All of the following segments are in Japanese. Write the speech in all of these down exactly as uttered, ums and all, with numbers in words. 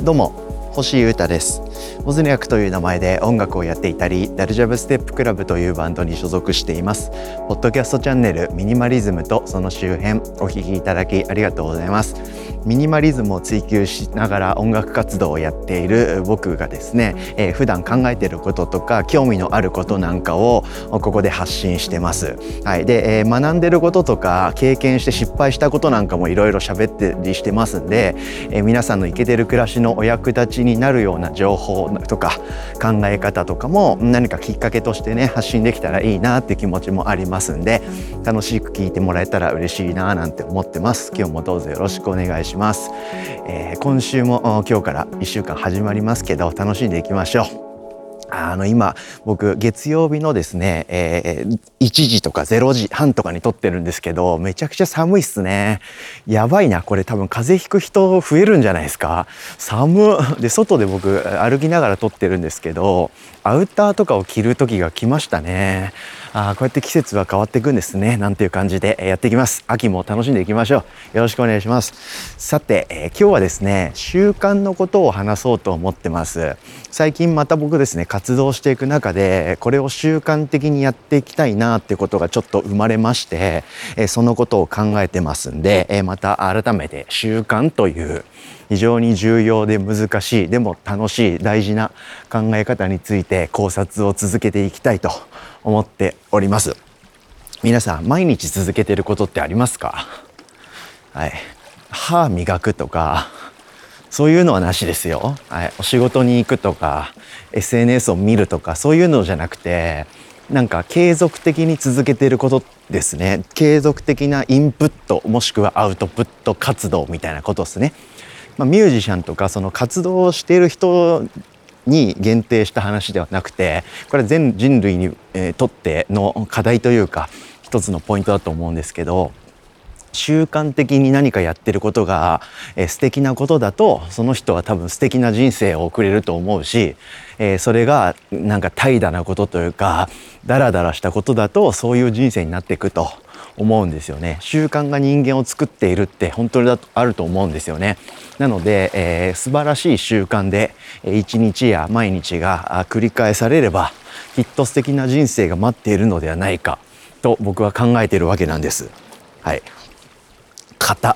どうも星優太です。オズニャクという名前で音楽をやっていたり、ダルジャブステップクラブというバンドに所属しています。ポッドキャストチャンネルミニマリズムとその周辺お聞きいただきありがとうございます。ミニマリズムを追求しながら音楽活動をやっている僕がですね、えー、普段考えていることとか興味のあることなんかをここで発信してます。はい、で、えー、学んでることとか経験して失敗したことなんかもいろいろ喋ってりしてますんで、えー、皆さんのイケてる暮らしのお役立ちになるような情報とか考え方とかも何かきっかけとしてね発信できたらいいなっていう気持ちもありますんで、楽しく聞いてもらえたら嬉しいななんて思ってます。今日もどうぞよろしくお願いします。えー、今週も今日からいっしゅうかん始まりますけど、楽しんでいきましょう。あの今僕月曜日のですね、えー、いちじとかれいじはんとかに撮ってるんですけど、めちゃくちゃ寒いっすね。やばいな、これ多分風邪ひく人増えるんじゃないですか。寒で外で僕歩きながら撮ってるんですけど、アウターとかを着る時が来ましたね。あ、こうやって季節は変わっていくんですね、なんていう感じでやっていきます。秋も楽しんでいきましょう。よろしくお願いします。さて、えー、今日はですね習慣のことを話そうと思ってます。最近また僕ですね活動していく中でこれを習慣的にやっていきたいなってことがちょっと生まれまして、えー、そのことを考えてますんで、えー、また改めて習慣という非常に重要で難しいでも楽しい大事な考え方について考察を続けていきたいと思っております。皆さん毎日続けていることってありますか？はい、歯磨くとかそういうのはなしですよ。はい、お仕事に行くとか エスエヌエス を見るとかそういうのじゃなくて、なんか継続的に続けていることですね。継続的なインプットもしくはアウトプット活動みたいなことですね。まあ、ミュージシャンとかその活動をしている人に限定した話ではなくて、これは全人類に、えー、とっての課題というか一つのポイントだと思うんですけど、習慣的に何かやってることが、えー、素敵なことだとその人は多分素敵な人生を送れると思うし、えー、それがなんか怠惰なことというかダラダラしたことだとそういう人生になっていくと思うんですよね。習慣が人間を作っているって本当にだとあると思うんですよね。なので、えー、素晴らしい習慣で一日や毎日が繰り返されればきっと素敵な人生が待っているのではないかと僕は考えているわけなんです。はい。硬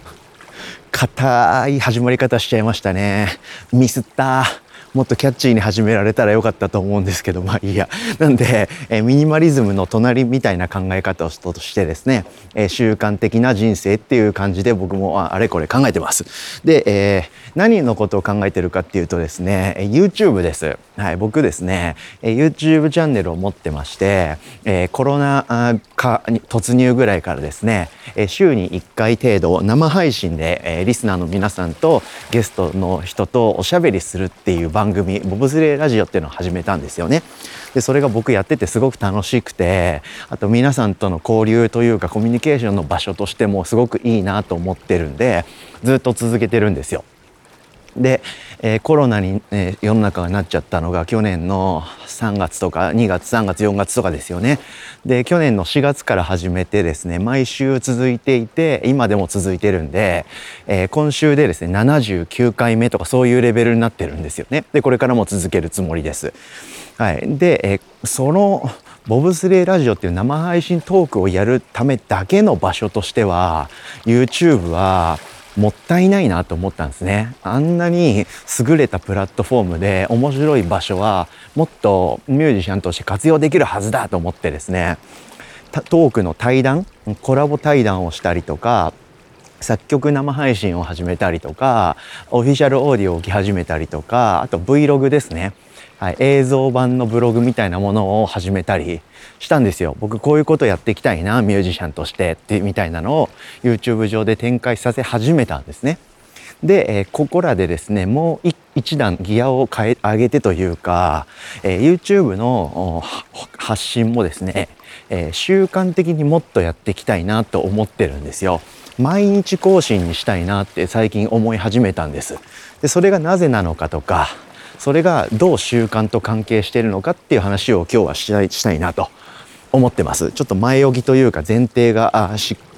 硬い始まり方しちゃいましたね。ミスった。もっとキャッチーに始められたらよかったと思うんですけど、まあいいや。なんで、えー、ミニマリズムの隣みたいな考え方をとしてですね、えー、習慣的な人生っていう感じで僕もあれこれ考えてます。で、えー、何のことを考えてるかっていうとですね、YouTube です。はい、僕ですね、YouTube チャンネルを持ってまして、えー、コロナ禍に突入ぐらいからですね、週にいっかい程度生配信で、えー、リスナーの皆さんとゲストの人とおしゃべりするっていう番組、ボブスレーラジオっていうのを始めたんですよね。でそれが僕やっててすごく楽しくて、あと皆さんとの交流というかコミュニケーションの場所としてもすごくいいなと思ってるんでずっと続けてるんですよ。で、えー、コロナに、えー、世の中がなっちゃったのが去年のさんがつとかにがつさんがつよんがつとかですよね。で去年のしがつから始めてですね毎週続いていて今でも続いてるんで、えー、今週でですねななじゅうきゅうかいめとかそういうレベルになってるんですよね。でこれからも続けるつもりです。はい、で、えー、そのボブスレーラジオっていう生配信トークをやるためだけの場所としては YouTube はもったいないなと思ったんですね。あんなに優れたプラットフォームで面白い場所はもっとミュージシャンとして活用できるはずだと思ってですね、トークの対談、コラボ対談をしたりとか作曲生配信を始めたりとかオフィシャルオーディオを置き始めたりとか、あと Vlog ですね、はい、映像版のブログみたいなものを始めたりしたんですよ。僕こういうことやっていきたいなミュージシャンとしてってみたいなのを YouTube 上で展開させ始めたんですね。で、えー、ここらでですねもう一段ギアを変え上げてというか、えー、YouTube の発信もですね、えー、習慣的にもっとやっていきたいなと思ってるんですよ。毎日更新にしたいなって最近思い始めたんです。でそれがなぜなのかとか、それがどう習慣と関係しているのかっていう話を今日はしたい、したいなと思ってます。ちょっと前置きというか前提がし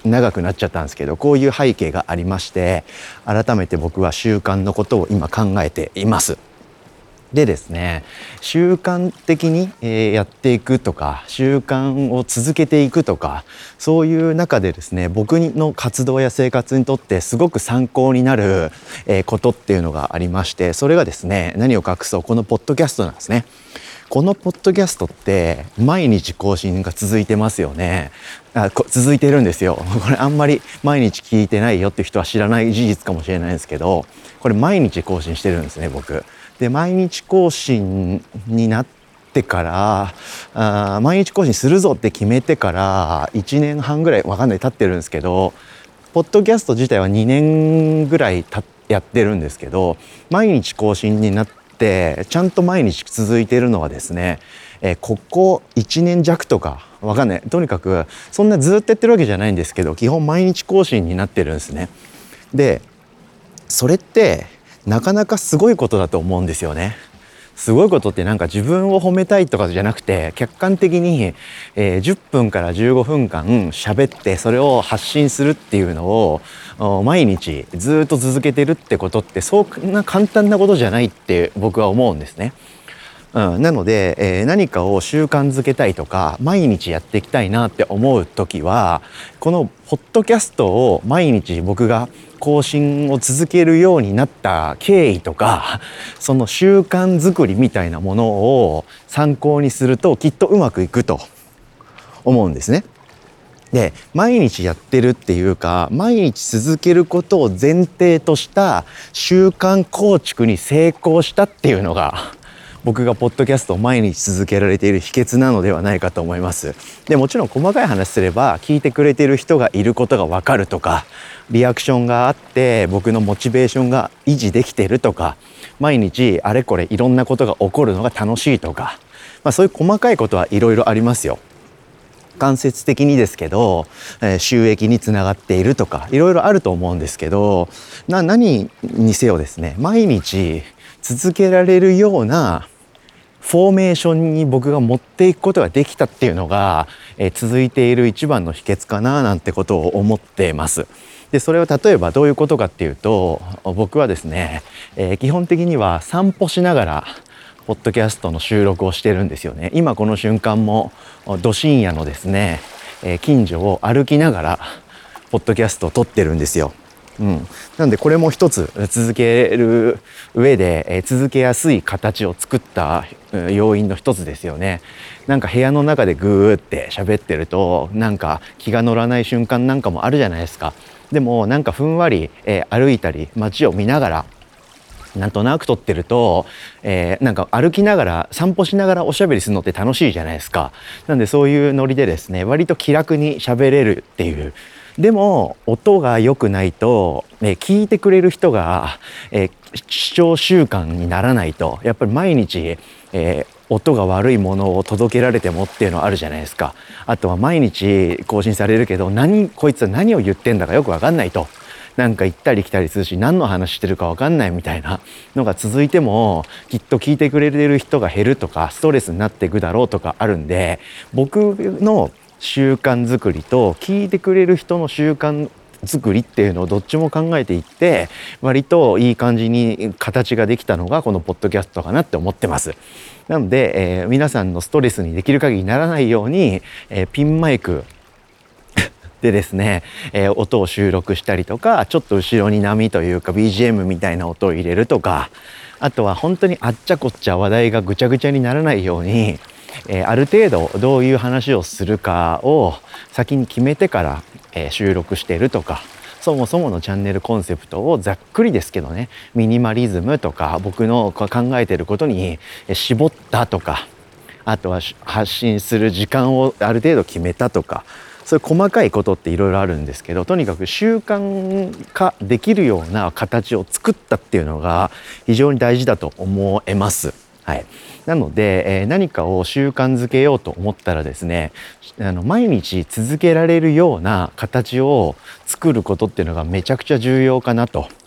長くなっちゃったんですけど、こういう背景がありまして、改めて僕は習慣のことを今考えています。でですね、習慣的に、えー、やっていくとか、習慣を続けていくとか、そういう中でですね、僕の活動や生活にとってすごく参考になる、えー、ことっていうのがありまして、それがですね、何を隠そう、このポッドキャストなんですね。このポッドキャストって毎日更新が続いてますよね。あ、続いてるんですよ。これあんまり毎日聞いてないよっていう人は知らない事実かもしれないんですけど、これ毎日更新してるんですね、僕。で、毎日更新になってからあ毎日更新するぞって決めてからいちねんはんぐらいわかんない経ってるんですけど、ポッドキャスト自体はにねんぐらいたやってるんですけど、毎日更新になってちゃんと毎日続いているのはですね、えー、ここいちねん弱とかわかんない、とにかくそんなずっとやってるわけじゃないんですけど、基本毎日更新になってるんですね。で、それってなかなかすごいことだと思うんですよね。すごいことってなんか自分を褒めたいとかじゃなくて、客観的に、えー、じゅっぷんからじゅうごふんかん喋ってそれを発信するっていうのを毎日ずっと続けてるってことって、そんな簡単なことじゃないって僕は思うんですね。うん、なので、えー、何かを習慣づけたいとか毎日やっていきたいなって思う時は、このポッドキャストを毎日僕が更新を続けるようになった経緯とか、その習慣づくりみたいなものを参考にするときっとうまくいくと思うんですね。で、毎日やってるっていうか、毎日続けることを前提とした習慣構築に成功したっていうのが、僕がポッドキャストを毎日続けられている秘訣なのではないかと思います。で、もちろん細かい話すれば聞いてくれている人がいることがわかるとか、リアクションがあって僕のモチベーションが維持できているとか、毎日あれこれいろんなことが起こるのが楽しいとか、まあ、そういう細かいことはいろいろありますよ。間接的にですけど、えー、収益につながっているとかいろいろあると思うんですけど、な何にせよですね、毎日続けられるようなフォーメーションに僕が持っていくことができたっていうのが、えー、続いている一番の秘訣かななんてことを思ってます。で、それは例えばどういうことかっていうと、僕はですね、えー、基本的には散歩しながらポッドキャストの収録をしてるんですよね。今この瞬間もど深夜のですね、えー、近所を歩きながらポッドキャストを撮ってるんですよ。うん、なんでこれも一つ続ける上で、えー、続けやすい形を作った要因の一つですよね。なんか部屋の中でグーって喋ってるとなんか気が乗らない瞬間なんかもあるじゃないですか。でもなんかふんわり、えー、歩いたり街を見ながらなんとなく撮ってると、えー、なんか歩きながら散歩しながらおしゃべりするのって楽しいじゃないですか。なんでそういうノリでですね、割と気楽に喋れるっていう。でも音が良くないと、えー、聞いてくれる人が、えー、視聴習慣にならないと、やっぱり毎日、えー、音が悪いものを届けられてもっていうのはあるじゃないですか。あとは毎日更新されるけど、何こいつは何を言ってんだかよく分かんないと。なんか行ったり来たりするし、何の話してるか分かんないみたいなのが続いても、きっと聞いてくれてる人が減るとかストレスになっていくだろうとかあるんで、僕の習慣づくりと聞いてくれる人の習慣作りっていうのをどっちも考えていって、割といい感じに形ができたのがこのポッドキャストかなって思ってます。なので、えー、皆さんのストレスにできる限りならないように、えー、ピンマイクでですね、えー、音を収録したりとか、ちょっと後ろに波というか ビージーエム みたいな音を入れるとか、あとは本当にあっちゃこっちゃ話題がぐちゃぐちゃにならないように、えー、ある程度どういう話をするかを先に決めてから、えー、収録しているとか、そもそものチャンネルコンセプトをざっくりですけどね、ミニマリズムとか僕の考えていることに絞ったとか、あとは発信する時間をある程度決めたとか、そういう細かいことっていろいろあるんですけど、とにかく習慣化できるような形を作ったっていうのが非常に大事だと思えます。はい、なので、えー、何かを習慣づけようと思ったらですね、あの毎日続けられるような形を作ることっていうのがめちゃくちゃ重要かなと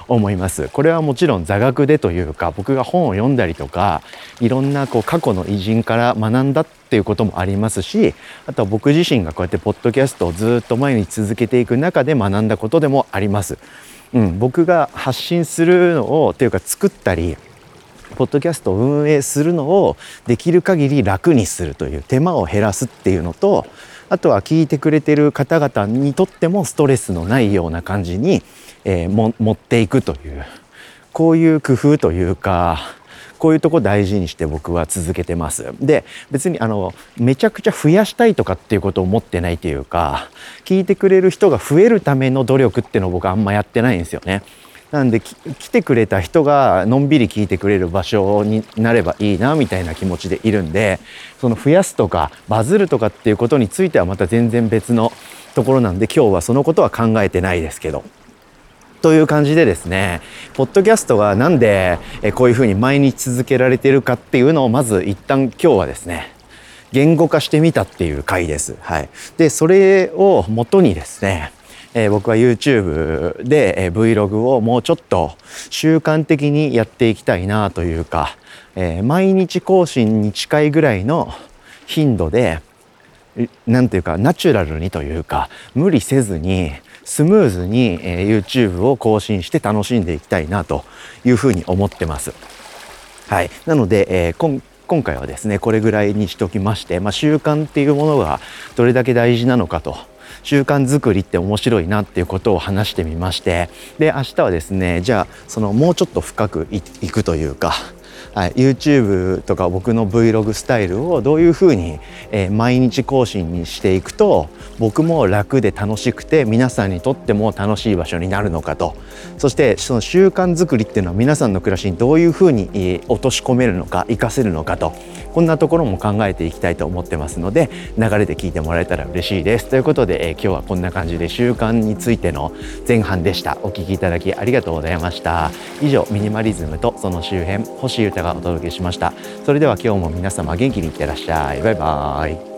思います。これはもちろん座学でというか、僕が本を読んだりとか、いろんなこう過去の偉人から学んだっていうこともありますし、あとは僕自身がこうやってポッドキャストをずっと毎日続けていく中で学んだことでもあります。うん、僕が発信するのをというか作ったりポッドキャストを運営するのをできる限り楽にするという手間を減らすっていうのと、あとは聞いてくれてる方々にとってもストレスのないような感じに、えー、も持っていくという、こういう工夫というか、こういうとこ大事にして僕は続けてます。で、別にあのめちゃくちゃ増やしたいとかっていうことを思ってないというか、聞いてくれる人が増えるための努力っていうのを僕はあんまやってないんですよね。なんで来てくれた人がのんびり聞いてくれる場所になればいいなみたいな気持ちでいるんで、その増やすとかバズるとかっていうことについてはまた全然別のところなんで、今日はそのことは考えてないですけど。という感じでですね、ポッドキャストがなんでこういうふうに毎日続けられているかっていうのをまず一旦今日はですね、言語化してみたっていう回です。はい。で、それを元にですね、えー、僕は YouTube で、えー、Vlog をもうちょっと習慣的にやっていきたいなというか、えー、毎日更新に近いぐらいの頻度で、なんていうかナチュラルにというか無理せずにスムーズに、えー、YouTube を更新して楽しんでいきたいなというふうに思ってます。はい。なので、えー、今今回はですねこれぐらいにしておきまして、まあ、習慣っていうものがどれだけ大事なのかと、習慣作りって面白いなっていうことを話してみまして、で明日はですねじゃあそのもうちょっと深くいくというか、はい、YouTube とか僕の Vlog スタイルをどういうふうに、えー、毎日更新にしていくと僕も楽で楽しくて皆さんにとっても楽しい場所になるのかと、そしてその習慣作りっていうのは皆さんの暮らしにどういうふうに、えー、落とし込めるのか活かせるのかと、こんなところも考えていきたいと思ってますので、流れで聞いてもらえたら嬉しいです。ということで、えー、今日はこんな感じで習慣についての前半でした。お聞きいただきありがとうございました。以上、ミニマリズムとその周辺、星優太がお届けしました。それでは今日も皆様元気にいってらっしゃい。バイバーイ。